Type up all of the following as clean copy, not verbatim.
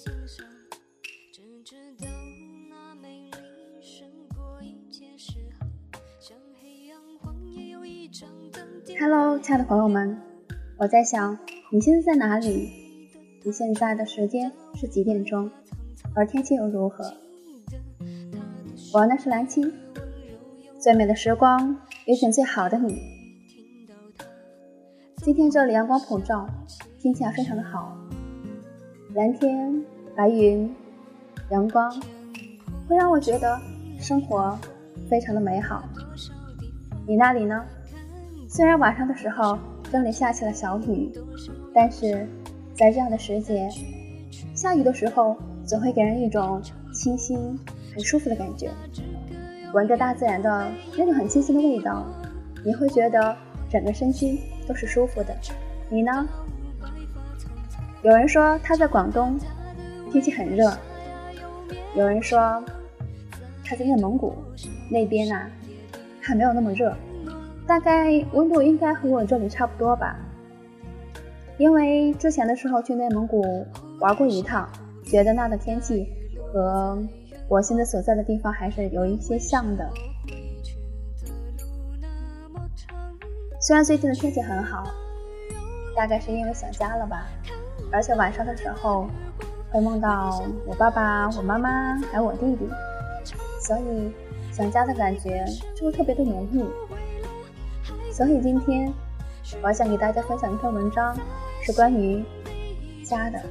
Hello， 亲爱的朋友们，我在想你现在在哪里？你现在的时间是几点钟？而天气又如何？我呢是蓝青，最美的时光遇见最好的你。今天这里阳光普照，天气非常的好，蓝天白云阳光会让我觉得生活非常的美好。你那里呢？虽然晚上的时候这里下起了小雨，但是在这样的时节，下雨的时候总会给人一种清新很舒服的感觉，闻着大自然的那种很清新的味道，你会觉得整个身心都是舒服的。你呢？有人说他在广东天气很热，有人说他在内蒙古那边还没有那么热，大概温度应该和我这里差不多吧。因为之前的时候去内蒙古玩过一趟，觉得那的天气和我现在所在的地方还是有一些像的。虽然最近的天气很好，大概是因为想家了吧，而且晚上的时候会梦到我爸爸、我妈妈还有我弟弟，所以想家的感觉就会特别的浓郁。所以今天我想给大家分享一篇文章，是关于家的。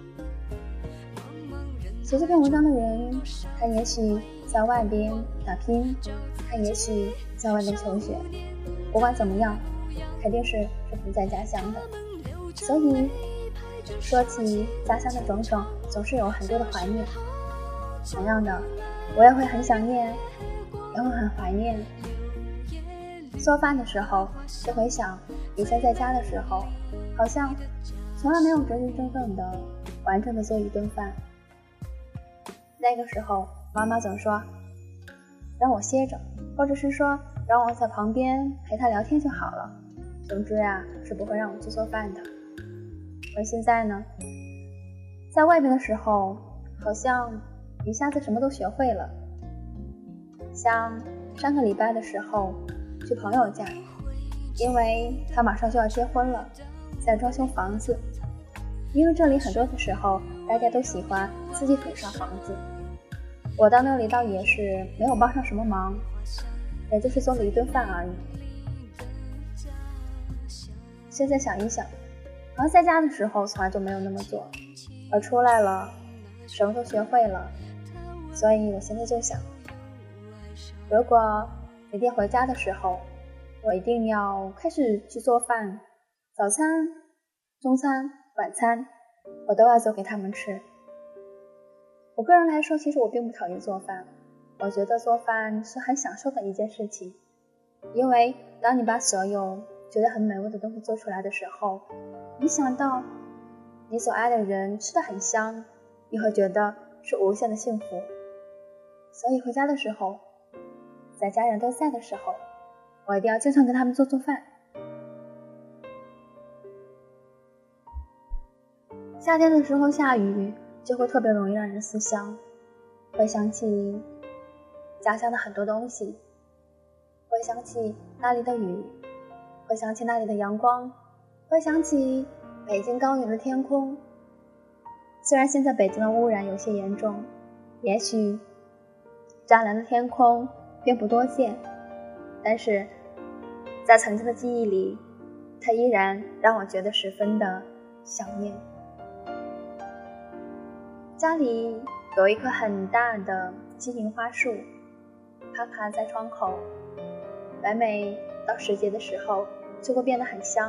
写这篇文章的人，他也许在外边打拼，他也许在外边求学，不管怎么样，肯定是不在家乡的。所以说起家乡的种种，总是有很多的怀念。同样的，我也会很想念，也会很怀念。做饭的时候就会想，以前在家的时候好像从来没有真真正正的完整的做一顿饭。那个时候妈妈总说让我歇着，或者是说让我在旁边陪她聊天就好了，总之是不会让我去做饭的。而现在呢，在外面的时候好像一下子什么都学会了。像上个礼拜的时候去朋友家，因为他马上就要结婚了，在装修房子。因为这里很多的时候大家都喜欢自己粉刷房子，我到那里倒也是没有帮上什么忙，也就是做了一顿饭而已。现在想一想，好像在家的时候从来就没有那么做，而出来了什么都学会了。所以我现在就想，如果每天回家的时候，我一定要开始去做饭，早餐、中餐、晚餐，我都要做给他们吃。我个人来说，其实我并不讨厌做饭，我觉得做饭是很享受的一件事情。因为当你把所有觉得很美味的东西做出来的时候，你想到你所爱的人吃得很香，你会觉得是无限的幸福。所以回家的时候，在家人都在的时候，我一定要经常跟他们做饭。夏天的时候下雨，就会特别容易让人思乡，会想起家乡的很多东西，会想起那里的雨，会想起那里的阳光，会想起北京高原的天空。虽然现在北京的污染有些严重，也许湛蓝的天空并不多见，但是在曾经的记忆里，它依然让我觉得十分的想念。家里有一棵很大的金银花树，它爬在窗口，每到时节的时候就会变得很香。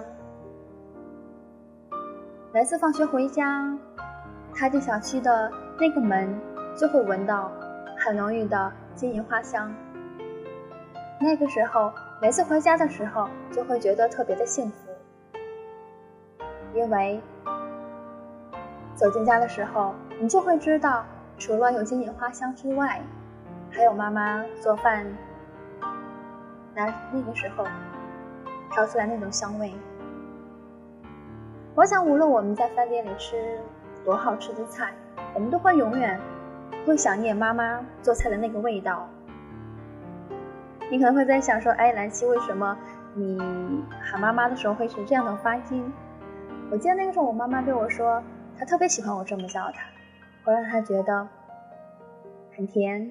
每次放学回家，踏进小区的那个门，就会闻到很浓郁的金银花香。那个时候每次回家的时候就会觉得特别的幸福，因为走进家的时候，你就会知道除了有金银花香之外，还有妈妈做饭那个时候调出来那种香味。我想无论我们在饭店里吃多好吃的菜， 我们都会永远会想念妈妈做菜的那个味道。你可能会在想说，哎，蓝七，为什么你喊妈妈的时候会是这样的发音？我记得那个时候我妈妈对我说，她特别喜欢我这么叫她，会让她觉得很甜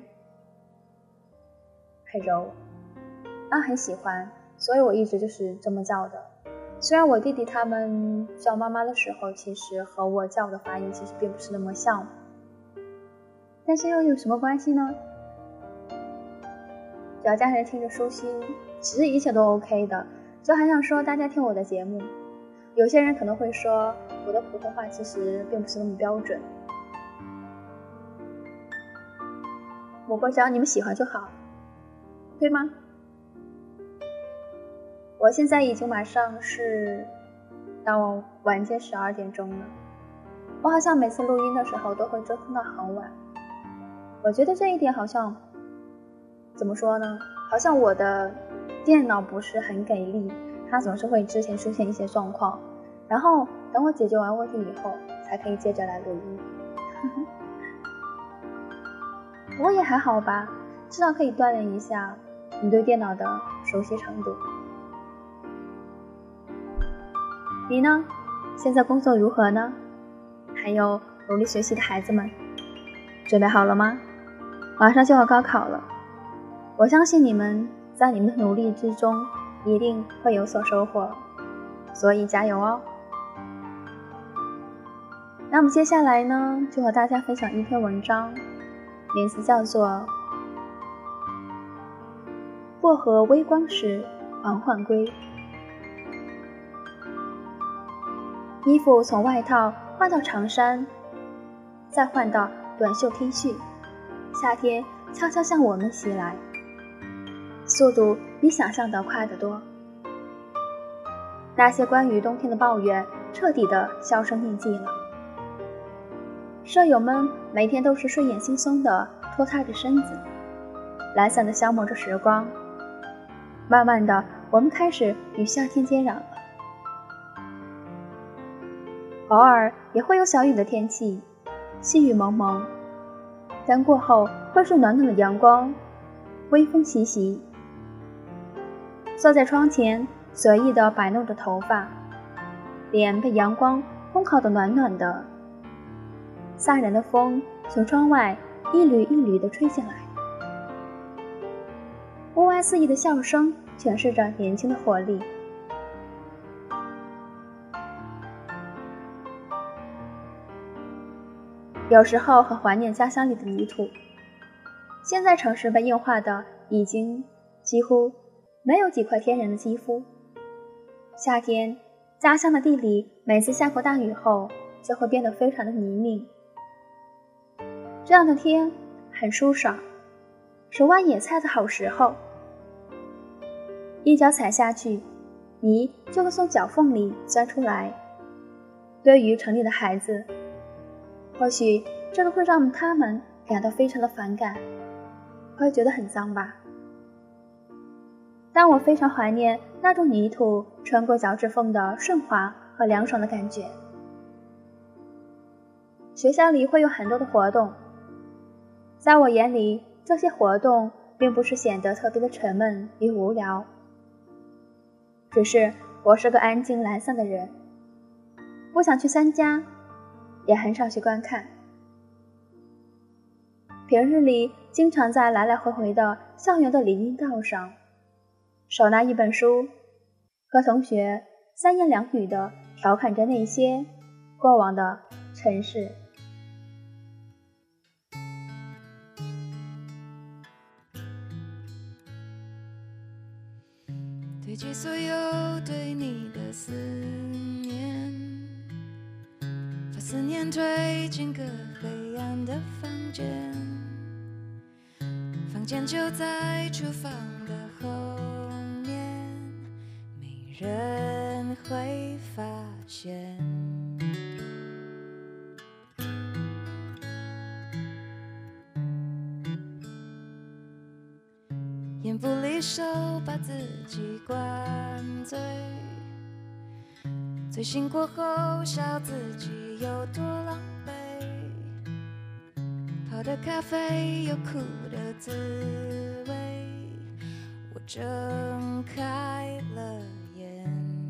很柔，她很喜欢，所以我一直就是这么叫的。虽然我弟弟他们叫妈妈的时候，其实和我叫的发音其实并不是那么像，但是又有什么关系呢？只要家人听着舒心，其实一切都 OK 的。就还想说大家听我的节目，有些人可能会说我的普通话其实并不是那么标准，不过只要你们喜欢就好，对吗？我现在已经马上是到晚间12点钟了，我好像每次录音的时候都会折腾到很晚。我觉得这一点好像怎么说呢，好像我的电脑不是很给力，它总是会之前出现一些状况，然后等我解决完问题以后才可以接着来录音。不过也还好吧，至少可以锻炼一下你对电脑的熟悉程度。你呢？现在工作如何呢？还有努力学习的孩子们，准备好了吗？马上就要高考了，我相信你们在你们的努力之中一定会有所收获，所以加油哦。那么接下来呢，就和大家分享一篇文章，名字叫做《薄荷微光时缓缓归》。衣服从外套换到长衫，再换到短袖 T 恤，夏天悄悄向我们袭来，速度比想象的快得多。那些关于冬天的抱怨彻底的销声匿迹了，舍友们每天都是睡眼惺忪的拖沓着身子，懒散的消磨着时光。慢慢的，我们开始与夏天接壤了。偶尔也会有小雨的天气，细雨蒙蒙，但过后会是暖暖的阳光，微风习习。坐在窗前，随意地摆弄着头发，脸被阳光烘烤得暖暖的，飒然的风从窗外一缕一缕地吹进来，屋外肆意的笑声诠释着年轻的活力。有时候很怀念家乡里的泥土，现在城市被硬化的已经几乎没有几块天然的肌肤。夏天，家乡的地里每次下过大雨后就会变得非常的泥泞，这样的天很舒爽，是挖野菜的好时候。一脚踩下去，泥就会从脚缝里钻出来。对于城里的孩子，或许这个会让他们感到非常的反感，会觉得很脏吧。但我非常怀念那种泥土穿过脚趾缝的顺滑和凉爽的感觉。学校里会有很多的活动，在我眼里，这些活动并不是显得特别的沉闷与无聊，只是我是个安静懒散的人，不想去参加，也很少去观看。平日里经常在来来回回的校园的林荫道上，手拿一本书，和同学三言两语地调侃着那些过往的尘世。 堆积所有对你的思念，把思念推进个黑暗的房间，房间就在厨房的后面，没人会发现。眼不离手，把自己灌醉，醉醒过后笑自己有多狼狈， 咖啡有苦的滋味，我睁开了眼，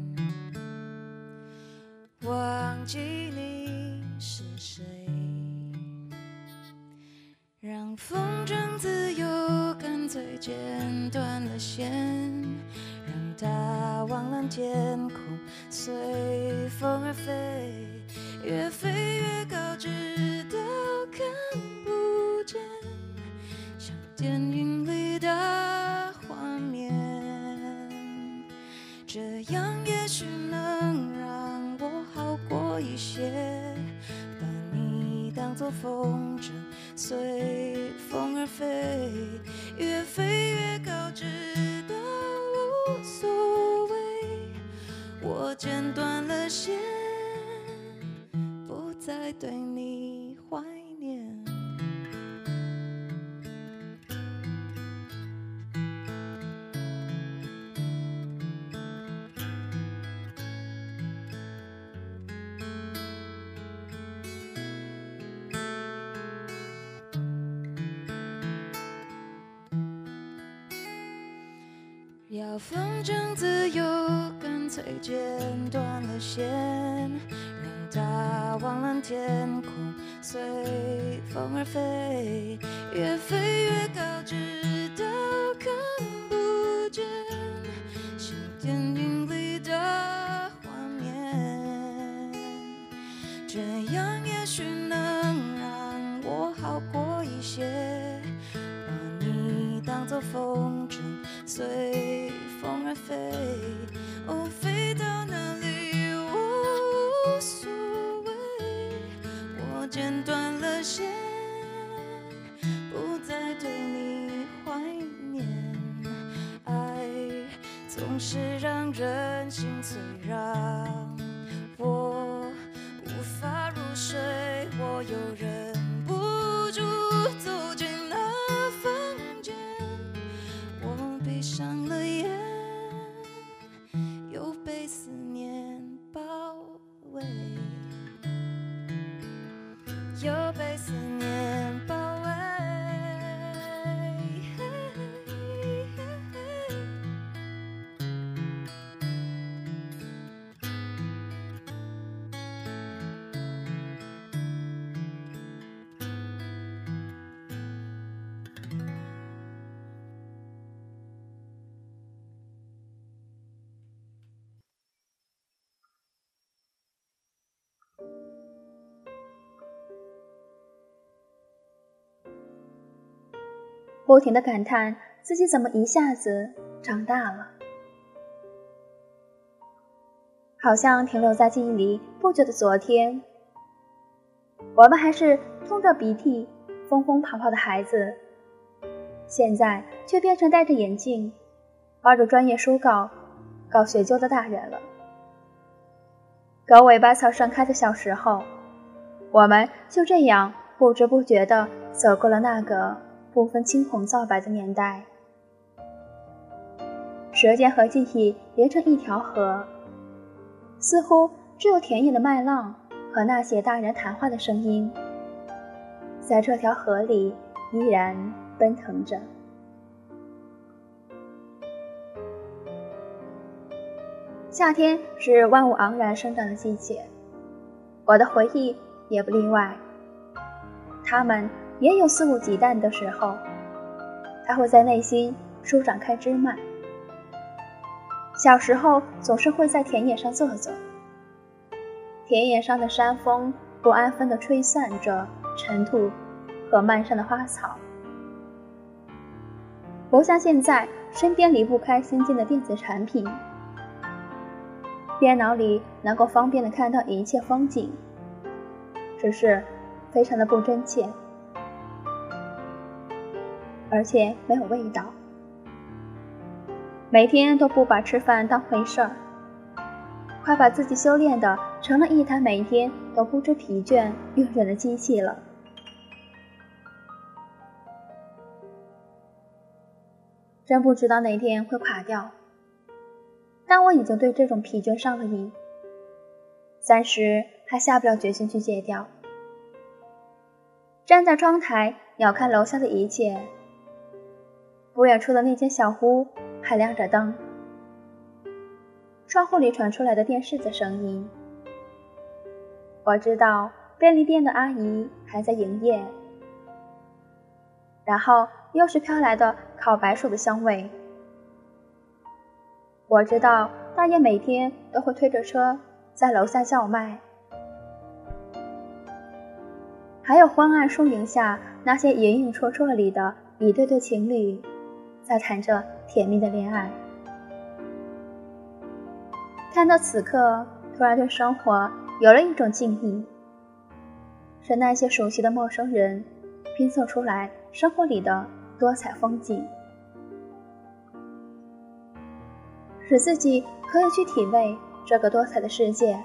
忘记你是谁，让风筝自由，干脆剪断了线，让它往蓝天空随风而飞，越飞越高，直到看不见，像电影里的画面。这样也许能让我好过一些，把你当作风筝，随风而飞，越飞越高，直到无所谓。我剪断了线，不再对你怀念。要风筝自由，干脆剪断了线，让它往蓝天空随风而飞，越飞越高，直到看不见，像电影里的画面。这样也许能让我好过一些，把你当作风筝，随风而飞，哦，飞到哪里我无所谓。我剪断了线，不再对你怀念。爱总是让人心碎，让我无法入睡，我又忍不住走进那房间，我闭上了眼，又被思念包围，又被思念包围。 不停地感叹自己怎么一下子长大了，好像停留在记忆里不久的昨天，我们还是通着鼻涕疯疯跑跑的孩子，现在却变成戴着眼镜抱着专业书稿搞学究的大人了。狗尾巴草盛开的小时候，我们就这样不知不觉地走过了那个不分青红皂白的年代。时间和记忆连成一条河，似乎只有田野的麦浪和那些大人谈话的声音在这条河里依然奔腾着。夏天是万物昂然生长的季节，我的回忆也不例外。它们也有肆无忌惮的时候，它会在内心舒展开枝蔓。小时候总是会在田野上坐坐，田野上的山风不安分地吹散着尘土和漫上的花草，不像现在身边离不开先进的电子产品，电脑里能够方便地看到一切风景，只是非常的不真切，而且没有味道。每天都不把吃饭当回事儿，快把自己修炼的成了一台每天都不知疲倦运转的机器了。真不知道哪天会垮掉，但我已经对这种疲倦上了瘾，暂时还下不了决心去戒掉。站在窗台鸟瞰楼下的一切。不远处的那间小屋还亮着灯，窗户里传出来的电视的声音。我知道便利店的阿姨还在营业，然后又是飘来的烤白薯的香味。我知道大爷每天都会推着车在楼下叫卖，还有昏暗树影下那些隐隐绰绰里的一对对情侣在谈着甜蜜的恋爱。看到此刻，突然对生活有了一种敬意，是那些熟悉的陌生人拼凑出来生活里的多彩风景，使自己可以去体味这个多彩的世界。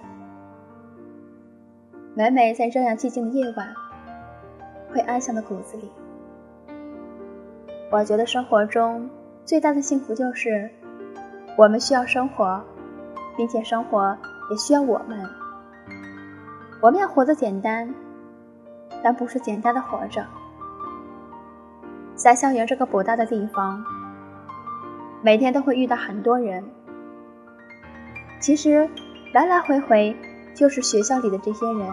每每在这样寂静的夜晚，会安详的骨子里。我觉得生活中最大的幸福就是我们需要生活，并且生活也需要我们。我们要活得简单，但不是简单的活着。在校园这个博大的地方，每天都会遇到很多人，其实来来回回就是学校里的这些人，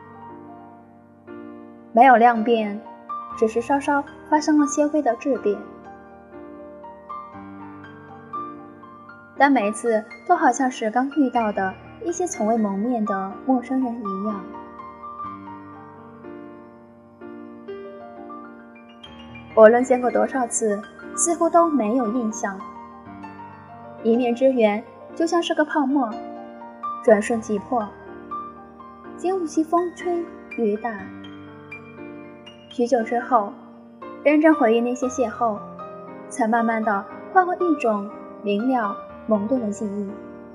没有量变，只是稍稍发生了些微的质变，但每次都好像是刚遇到的一些从未谋面的陌生人一样。无论见过多少次，似乎都没有印象。一面之缘就像是个泡沫，转瞬即破，经不起风吹雨打。许久之后，认真回忆那些邂逅，才慢慢的换回一种明了懵懂的记忆。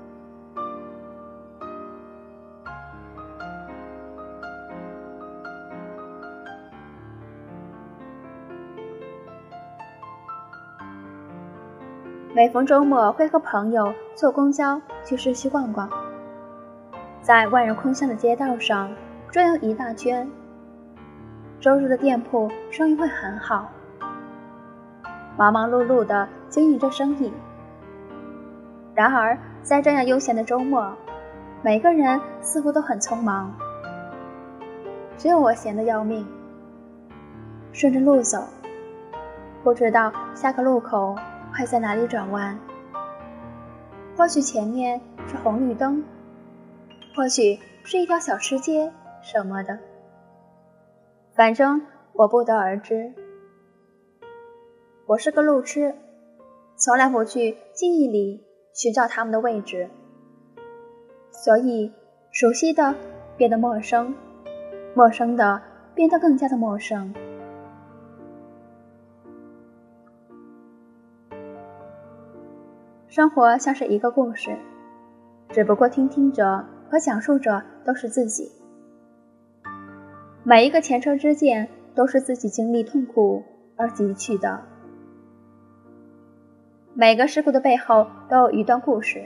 每逢周末会和朋友坐公交去市区逛逛，在万人空巷的街道上转悠一大圈。周日的店铺生意会很好，忙忙碌碌地经营着生意。然而在这样悠闲的周末，每个人似乎都很匆忙，只有我闲得要命，顺着路走，不知道下个路口会在哪里转弯。或许前面是红绿灯，或许是一条小吃街什么的，反正我不得而知。我是个路痴，从来不去记忆里寻找他们的位置，所以熟悉的变得陌生，陌生的变得更加的陌生。生活像是一个故事，只不过听者和讲述者都是自己。每一个前车之鉴都是自己经历痛苦而汲取的，每个事故的背后都有一段故事，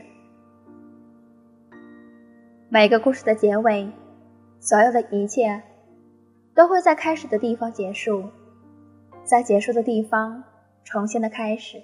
每个故事的结尾，所有的一切都会在开始的地方结束，在结束的地方重新的开始。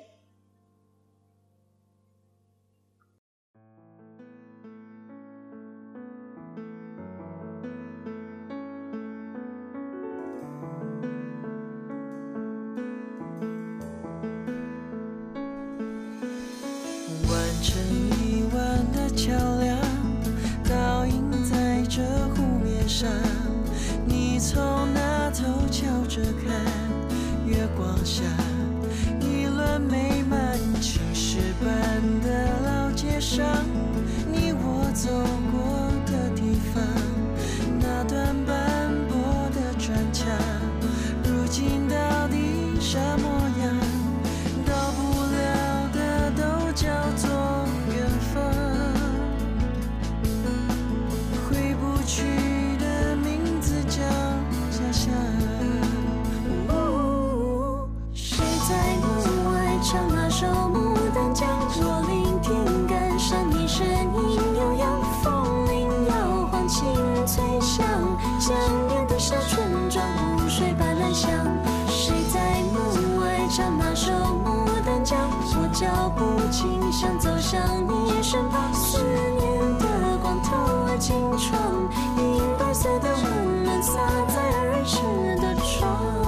成一弯的桥梁，倒映在这湖面上。你从那头瞧着看，月光下一轮美满，青石板的老街上，你我走过的地方，那段斑驳的砖墙，如今到底什么样？到不了的都叫做缘分，回不去的名字叫家乡。谁在门外唱那首牡丹江？我聆听感伤一声向你身旁，思念的光透过金窗，银白色的温暖洒在儿时的窗。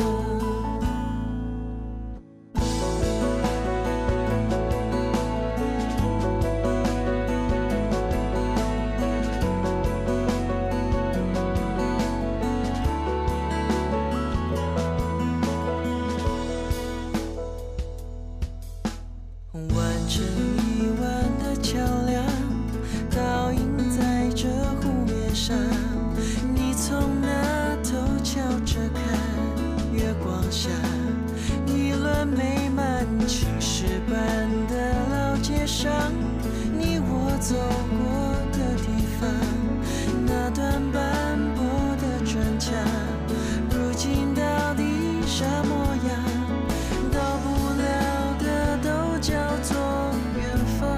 完成一弯的桥梁，倒映在这湖面上。你从那头瞧着看，月光下，一轮美满青石板的老街上，你我走过的地方，那段斑驳的砖墙，如今到底啥模样？到不了的都叫做远方，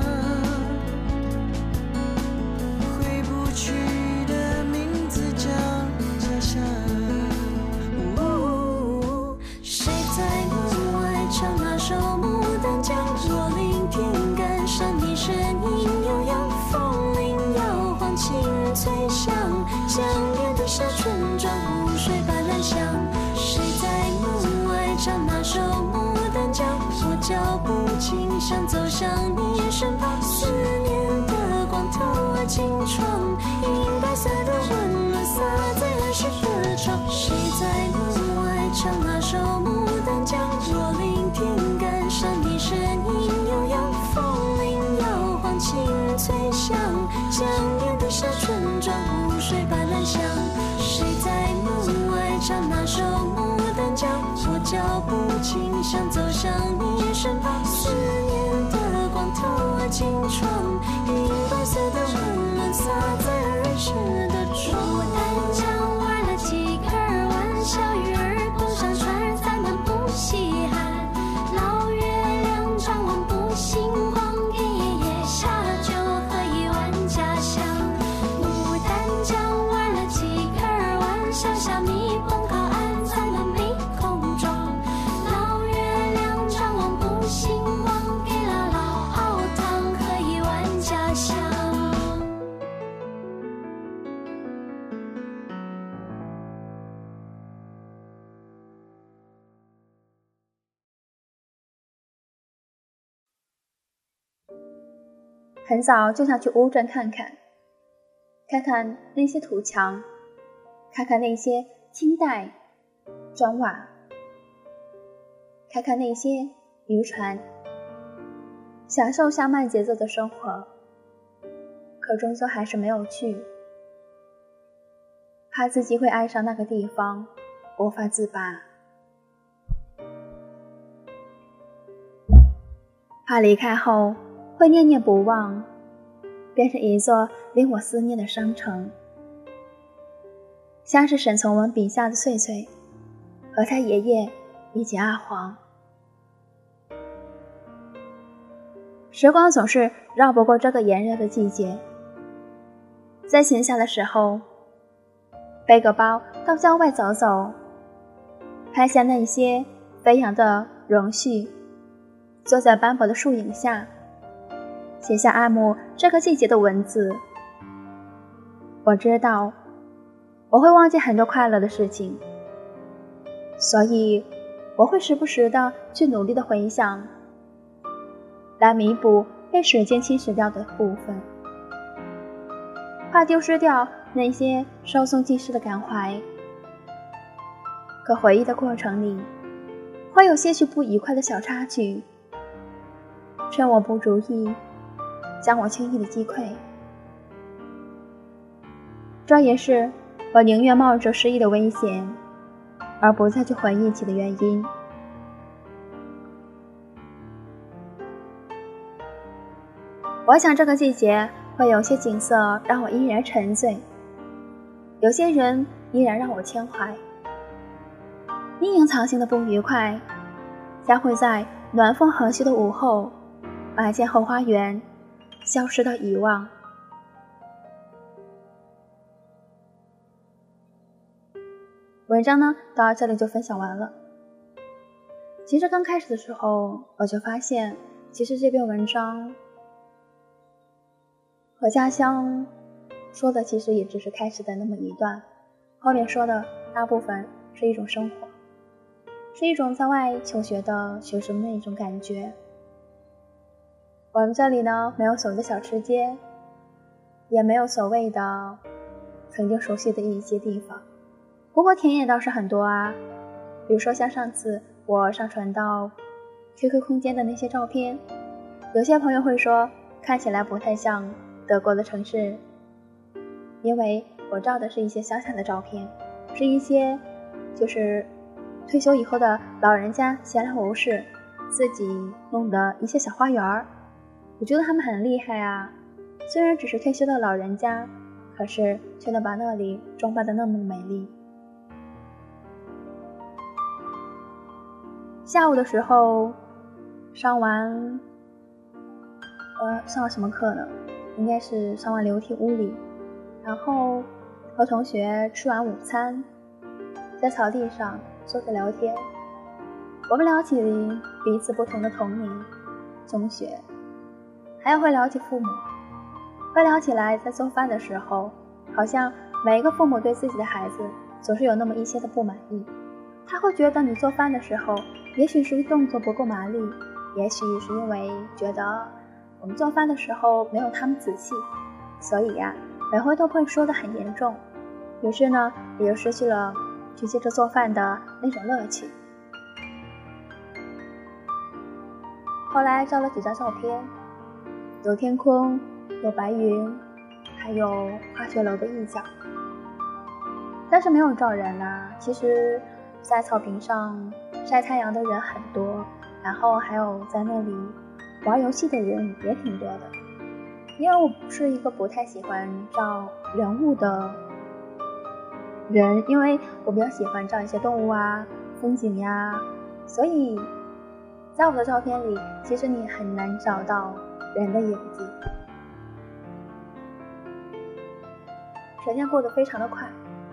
回不去的名字叫家乡。 谁在门外唱那首牡丹江？若聆听感伤，你声音悠扬，风铃摇晃，清脆响，江边的沙村庄湖水般蓝香。谁在门外唱那首牡丹江？我脚步轻响，走向你身旁，思念的光透过金窗，银白色的温暖洒在儿时的窗。谁在门外唱那首牡丹江？若聆听感伤，你声音悠扬，风铃摇晃，清脆响，江边的沙村庄湖水般蓝香。谁在门外唱那首牡丹江？我脚步轻响，走向你身旁，思念的光透过金窗，银白色的温暖洒在儿时的窗。牡丹江玩了几个玩笑，鱼儿蹦上船，咱们不稀罕。老月亮张望不星光，给爷爷下酒喝一碗家乡。牡丹江玩了几个玩笑，小米蹦靠岸，咱们没空装。老月亮张望不星光，给姥姥熬汤喝一碗家乡。 很早就想去乌镇看看，看看那些土墙，看看那些青黛砖瓦，看看那些渔船，享受下慢节奏的生活。可终究还是没有去，怕自己会爱上那个地方，无法自拔，怕离开后会念念不忘，变成一座令我思念的商城，像是沈从文笔下的翠翠和他爷爷以及阿黄。时光总是绕不过这个炎热的季节，在闲暇的时候，背个包到郊外走走，拍下那些飞扬的榕絮，坐在斑驳的树影下，写下爱慕这个季节的文字。我知道我会忘记很多快乐的事情，所以我会时不时的去努力的回想，来弥补被时间侵蚀掉的部分，怕丢失掉那些稍纵即逝的感怀。可回忆的过程里，会有些许不愉快的小插曲，趁我不注意，将我轻易的击溃。这也是我宁愿冒着失忆的危险，而不再去回忆起的原因。我想这个季节会有些景色让我依然沉醉，有些人依然让我牵怀。你隐藏性的不愉快，将会在暖风和煦的午后，把间后花园消失到遗忘。文章呢，到这里就分享完了。其实刚开始的时候，我就发现，其实这篇文章和家乡说的其实也只是开始的那么一段，后面说的大部分是一种生活，是一种在外求学的学生的一种感觉。我们这里呢，没有所谓的小吃街，也没有所谓的曾经熟悉的一些地方，不过田野倒是很多啊。比如说像上次我上传到 QQ 空间的那些照片，有些朋友会说看起来不太像德国的城市，因为我照的是一些乡下的照片，是一些就是退休以后的老人家闲来无事自己弄的一些小花园。我觉得他们很厉害啊，虽然只是退休的老人家，可是却能把那里装扮得那么美丽。下午的时候上完什么课呢？应该是上完流体物理，然后和同学吃完午餐，在草地上坐着聊天。我们聊起彼此不同的童年、中学，还有会聊起父母，会聊起来在做饭的时候，好像每一个父母对自己的孩子总是有那么一些的不满意。他会觉得你做饭的时候，也许是动作不够麻利，也许是因为觉得我们做饭的时候没有他们仔细，所以呀，每回都会说得很严重，于是呢，也就失去了去接着做饭的那种乐趣。后来照了几张照片，有天空，有白云，还有化学楼的一角，但是没有照人啊。其实在草坪上晒太阳的人很多，然后还有在那里玩游戏的人也挺多的。因为我不是一个不太喜欢照人物的人，因为我比较喜欢照一些动物啊、风景呀，所以在我的照片里，其实你很难找到人的影子。时间过得非常的快，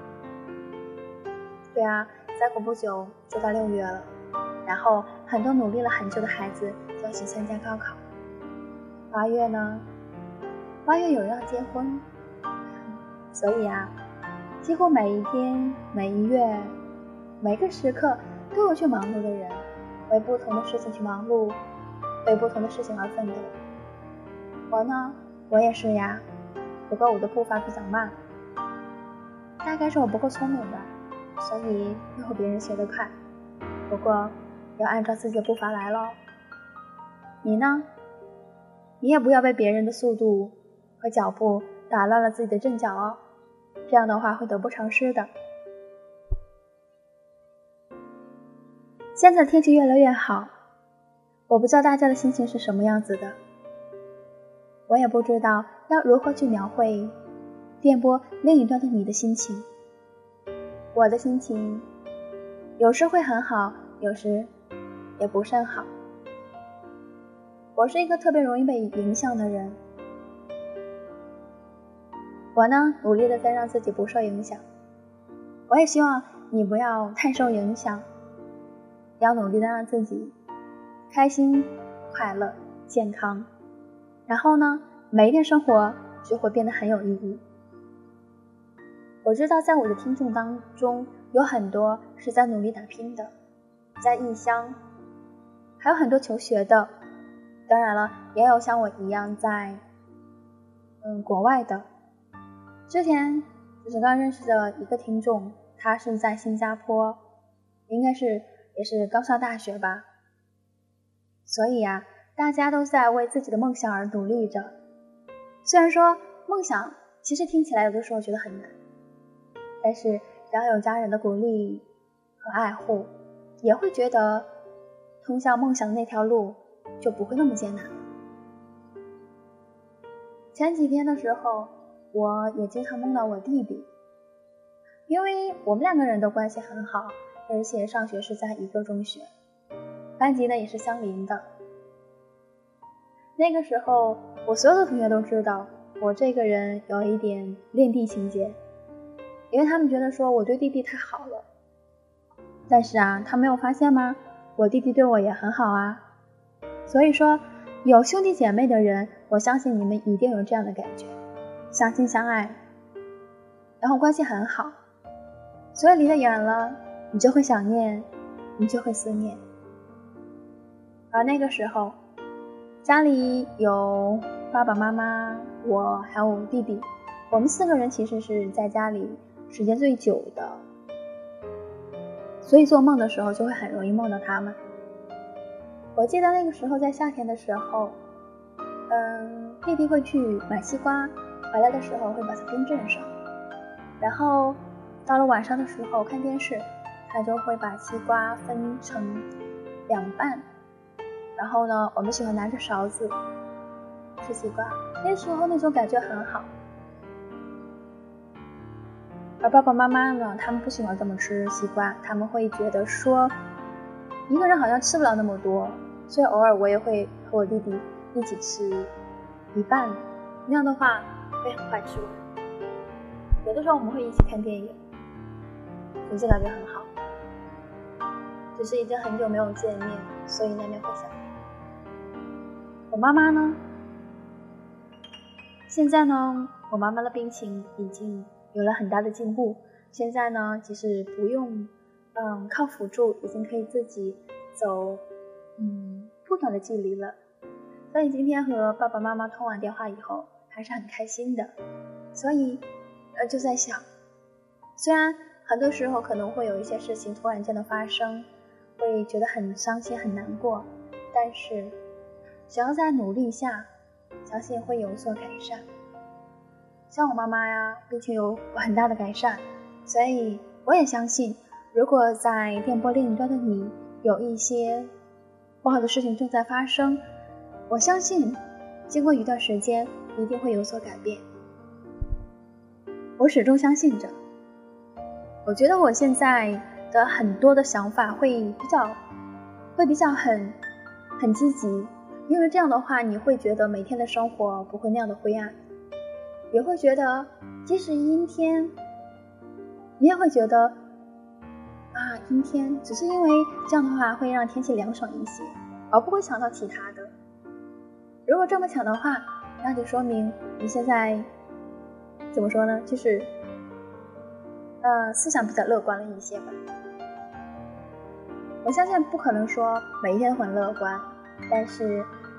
对啊，再过不久就到6月了，然后很多努力了很久的孩子就要去参加高考。8月呢，8月有人要结婚，所以啊，几乎每一天、每一月、每个时刻都有去忙碌的人，为不同的事情去忙碌，为不同的事情而奋斗。我呢，我也是呀，不过我的步伐比较慢，大概是我不够聪明吧，所以没有别人学得快。不过要按照自己的步伐来咯。你呢？你也不要被别人的速度和脚步打乱了自己的阵脚哦，这样的话会得不偿失的。现在天气越来越好，我不知道大家的心情是什么样子的，我也不知道要如何去描绘电波另一端的你的心情。我的心情有时会很好，有时也不甚好。我是一个特别容易被影响的人，我呢，努力的在让自己不受影响。我也希望你不要太受影响，要努力的让自己开心、快乐、健康，然后呢，每一天生活就会变得很有意义。我知道在我的听众当中，有很多是在努力打拼的，在异乡，还有很多求学的，当然了，也有像我一样在国外的。之前就是刚认识的一个听众，他是在新加坡，应该是也是刚上大学吧。所以啊，大家都在为自己的梦想而努力着。虽然说梦想其实听起来有的时候觉得很难，但是只要有家人的鼓励和爱护，也会觉得通向梦想的那条路就不会那么艰难。前几天的时候，我也经常梦到我弟弟，因为我们两个人的关系很好，而且上学是在一个中学，班级呢也是相邻的。那个时候我所有的同学都知道我这个人有一点恋弟情节，因为他们觉得说我对弟弟太好了。但是啊，他没有发现吗？我弟弟对我也很好啊。所以说有兄弟姐妹的人，我相信你们一定有这样的感觉，相亲相爱，然后关系很好，所以离得远了，你就会想念，你就会思念。而那个时候，家里有爸爸妈妈，我还有弟弟，我们4个人其实是在家里时间最久的，所以做梦的时候就会很容易梦到他们。我记得那个时候在夏天的时候，弟弟会去买西瓜，回来的时候会把它冰镇上，然后到了晚上的时候看电视，他就会把西瓜分成2半，然后呢，我们喜欢拿着勺子吃西瓜，那时候那种感觉很好。而爸爸妈妈呢，他们不喜欢这么吃西瓜，他们会觉得说一个人好像吃不了那么多，所以偶尔我也会和我弟弟一起吃一半，那样的话会很快吃完。有的时候我们会一起看电影，总之感觉很好。只是已经很久没有见面，所以难免会想念。我妈妈呢，现在呢，我妈妈的病情已经有了很大的进步，现在呢，即使不用靠辅助，已经可以自己走不短的距离了。所以今天和爸爸妈妈通完电话以后，还是很开心的。所以就在想，虽然很多时候可能会有一些事情突然间的发生，会觉得很伤心很难过，但是只要在努力下，相信会有所改善。像我妈妈呀，病情有很大的改善，所以我也相信，如果在电波另一端的你有一些不好的事情正在发生，我相信经过一段时间一定会有所改变。我始终相信着，我觉得我现在的很多的想法会比较很积极，因为这样的话你会觉得每天的生活不会那样的灰暗，也会觉得即使阴天，你也会觉得阴天只是因为这样的话会让天气凉爽一些，而不会想到其他的。如果这么想的话，那就说明你现在怎么说呢，就是思想比较乐观了一些吧。我相信不可能说每一天都很乐观，但是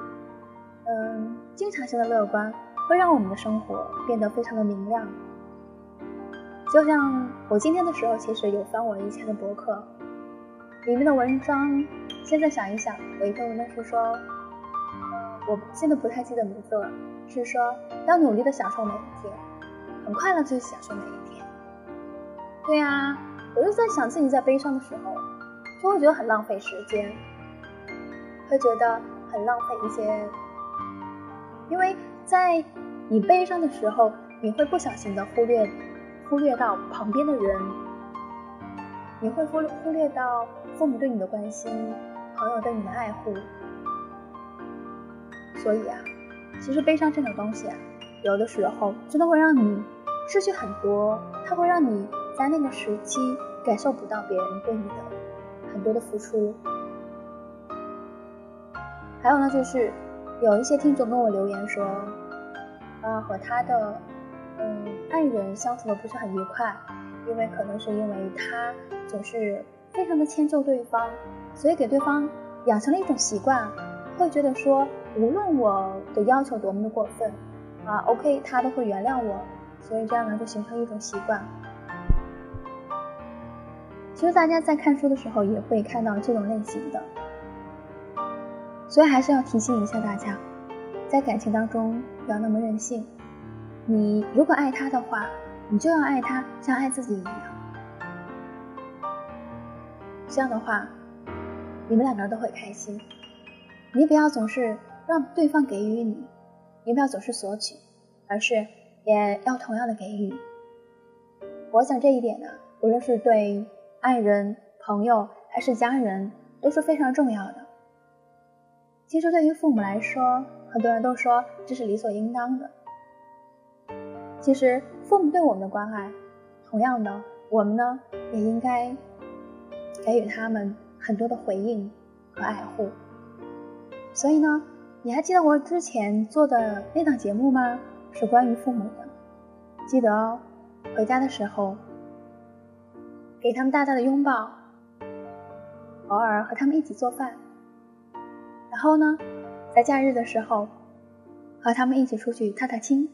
经常性的乐观会让我们的生活变得非常的明亮。就像我今天的时候其实有翻我以前的博客，里面的文章现在想一想，有一篇文章是说我现在不太记得名字了，是说要努力的享受每一天，很快乐就享受每一天。对啊，我就在想自己在悲伤的时候就会觉得很浪费时间，会觉得很浪费一些，因为在你悲伤的时候你会不小心的忽略到旁边的人，你会忽略到父母对你的关心，朋友对你的爱护。所以其实悲伤这种东西有的时候真的会让你失去很多，它会让你在那个时期感受不到别人对你的很多的付出。还有呢，就是有一些听众跟我留言说和他的爱人相处的不是很愉快，因为可能是因为他总是非常的迁就对方，所以给对方养成了一种习惯，会觉得说无论我的要求多么的过分OK 他都会原谅我，所以这样呢就形成一种习惯。其实大家在看书的时候也会看到这种类型的，所以还是要提醒一下大家，在感情当中不要那么任性，你如果爱他的话，你就要爱他像爱自己一样，这样的话你们两个人都会开心。你不要总是让对方给予你，你不要总是索取，而是也要同样的给予。我想这一点呢，无论是对爱人、朋友还是家人都是非常重要的。其实对于父母来说，很多人都说这是理所应当的，其实父母对我们的关爱，同样的我们呢也应该给予他们很多的回应和爱护。所以呢你还记得我之前做的那档节目吗？是关于父母的。记得哦，回家的时候给他们大大的拥抱，偶尔和他们一起做饭，然后呢，在假日的时候和他们一起出去踏踏青。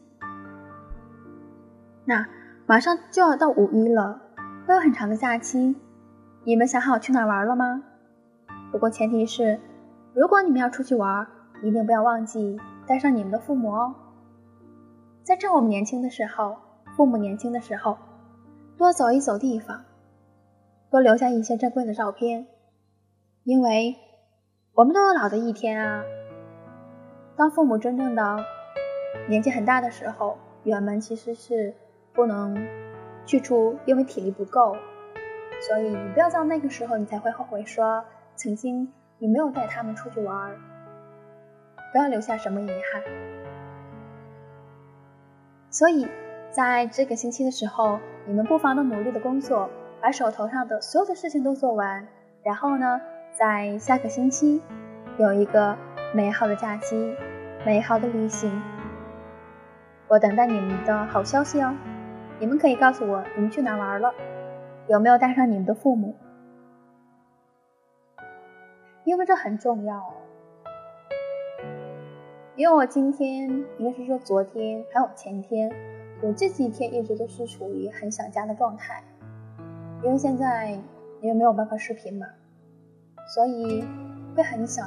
那马上就要到5·1了，会有很长的假期，你们想好去哪玩了吗？不过前提是，如果你们要出去玩，一定不要忘记带上你们的父母哦。在趁我们年轻的时候，父母年轻的时候，多走一走地方，多留下一些珍贵的照片，因为我们都有老的一天啊。当父母真正的年纪很大的时候，远门其实是不能去出，因为体力不够，所以你不要到那个时候你才会后悔说曾经你没有带他们出去玩，不要留下什么遗憾。所以在这个星期的时候，你们不妨的努力的工作，把手头上的所有的事情都做完，然后呢，在下个星期有一个美好的假期，美好的旅行。我等待你们的好消息哦。你们可以告诉我你们去哪玩了，有没有带上你们的父母，因为这很重要哦。因为我今天应该是说昨天还有前天，我这几天一直都是处于很想家的状态，因为现在因为没有办法视频嘛，所以会很想，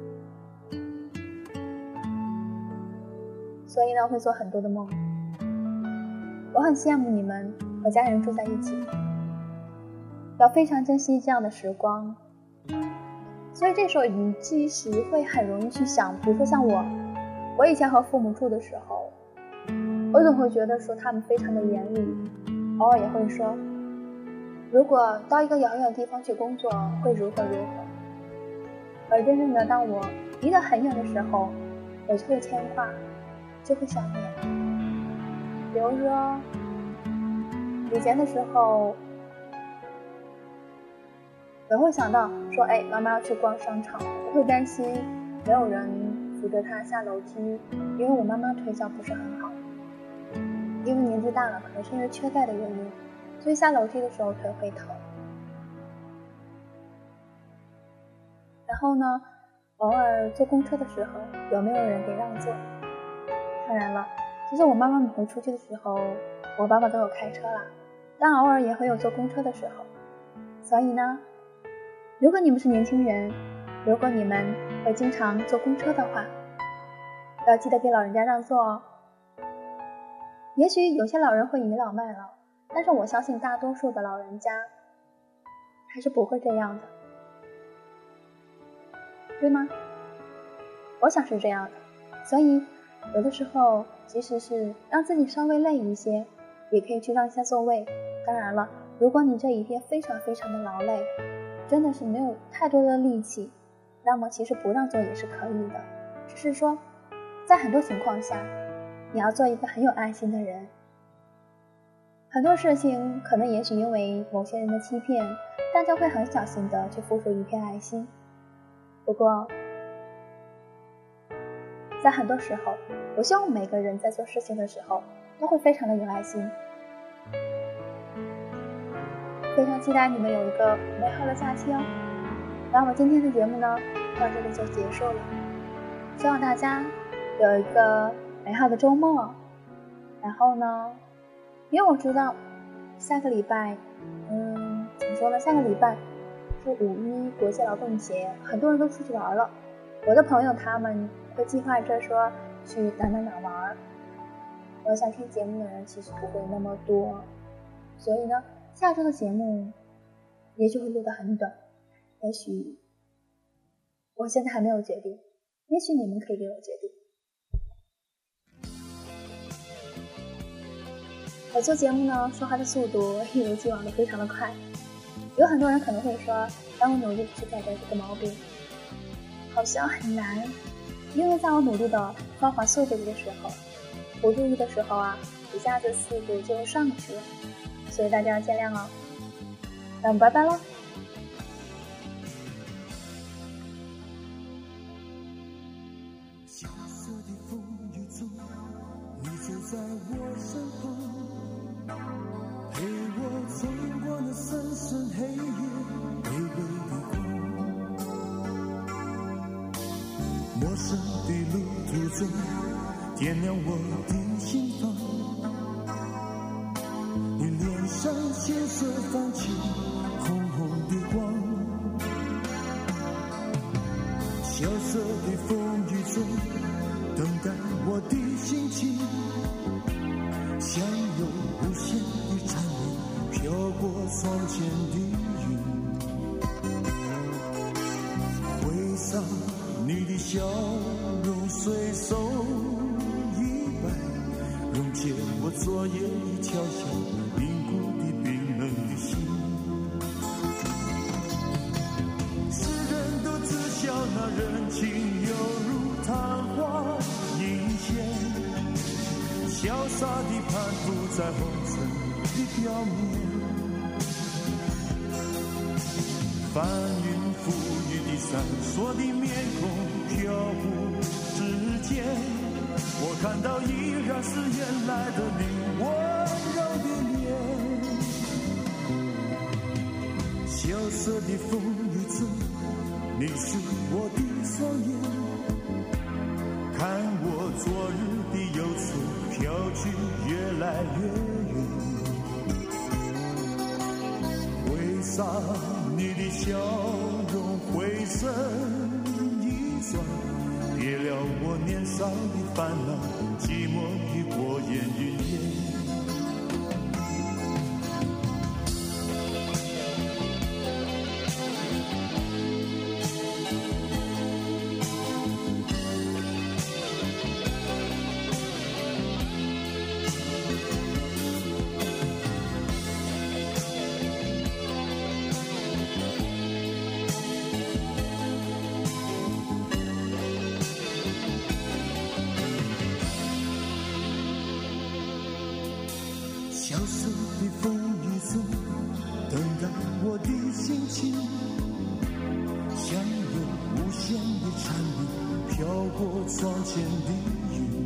所以呢会做很多的梦。我很羡慕你们和家人住在一起，要非常珍惜这样的时光。所以这时候你其实会很容易去想，比如说像我以前和父母住的时候，我总会觉得说他们非常的严厉，偶尔也会说如果到一个遥远的地方去工作会如何如何。而真正的当我离得很远的时候，我就会牵挂，就会想念。比如说以前的时候，我会想到说妈妈要去逛商场，我会担心没有人扶着她下楼梯，因为我妈妈腿脚不是很好，因为年纪大了，可能是因为缺钙的原因，所以下楼梯的时候腿会疼。然后呢，偶尔坐公车的时候有没有人给让座？当然了，其实我妈妈每回出去的时候，我爸爸都有开车啦，但偶尔也会有坐公车的时候。所以呢，如果你们是年轻人，如果你们会经常坐公车的话，要记得给老人家让座哦。也许有些老人会倚老卖老，但是我相信大多数的老人家还是不会这样的，对吗？我想是这样的。所以有的时候即使是让自己稍微累一些，也可以去让一下座位。当然了，如果你这一天非常非常的劳累，真的是没有太多的力气，那么其实不让座也是可以的，只是说在很多情况下你要做一个很有爱心的人。很多事情可能也许因为某些人的欺骗，大家会很小心的去付出一片爱心。不过在很多时候，我希望每个人在做事情的时候都会非常的有爱心。非常期待你们有一个美好的假期哦。那么今天的节目呢，到这里就结束了。希望大家有一个美好的周末。然后呢，因为我知道下个礼拜，怎么说呢？下个礼拜是5·1国际劳动节，很多人都出去玩了。我的朋友他们会计划着说去哪玩。我想听节目的人其实不会那么多，所以呢，下周的节目也许会录得很短，也许我现在还没有决定，也许你们可以给我决定。我做节目呢，说话的速度一如既往的非常的快，有很多人可能会说让我努力去改掉这个毛病，好像很难，因为在我努力的放缓速度的时候，不注意的时候啊，一下子速度就上去了，所以大家要见谅哦。那我们拜拜喽。 生的路途中，点亮我的心房。你脸上鲜色泛起红红的光，萧瑟的风雨中，等待我的心情，像有无限的缠绵飘过窗前的云。回想你的笑容随手一摆，溶解我昨夜一悄悄凝固的冰冷的心。世人都知晓那人情犹如昙花一现，潇洒地攀附在红尘的表面。翻云覆雨的闪烁的面孔飘忽之间，我看到依然是原来的你温柔的脸。萧瑟的风雨中，你是我的双眼，看我昨日的忧愁飘去越来越远。为啥你的笑容回身一转，别了我年少的烦恼，寂寞已过眼云烟。萧瑟的风雨中，等待我的心情，像有无限的缠绵飘过窗前的云。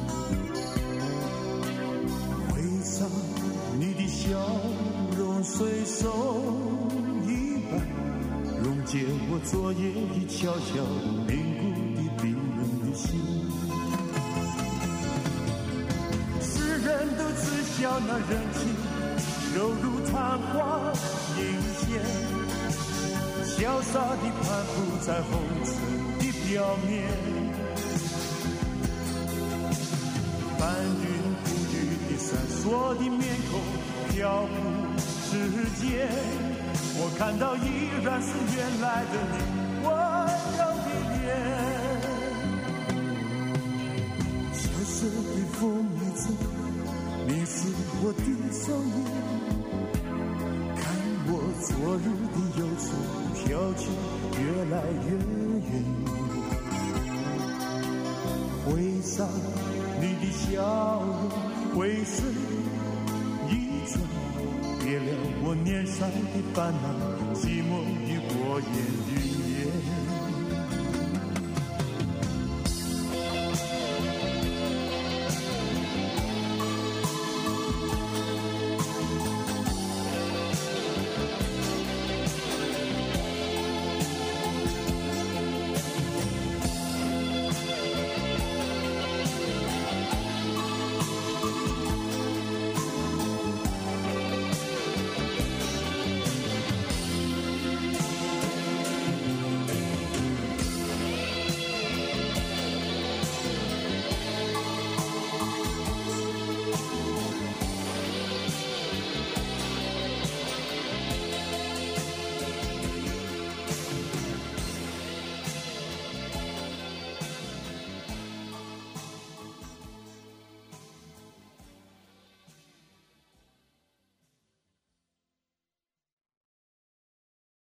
回想你的笑容随手一摆，溶解我昨夜已悄悄凝固的冰冷的心。人都知晓那人情犹如昙花一现，潇洒地攀附在红尘的表面。翻云覆雨的闪烁的面孔飘忽之间，我看到依然是原来的你温柔的脸。萧瑟的风雨中，你是我的双眼，看我昨日的忧愁飘去越来越远。回想你的笑容回身一转，别了我年少的烦恼，寂寞已过眼云烟。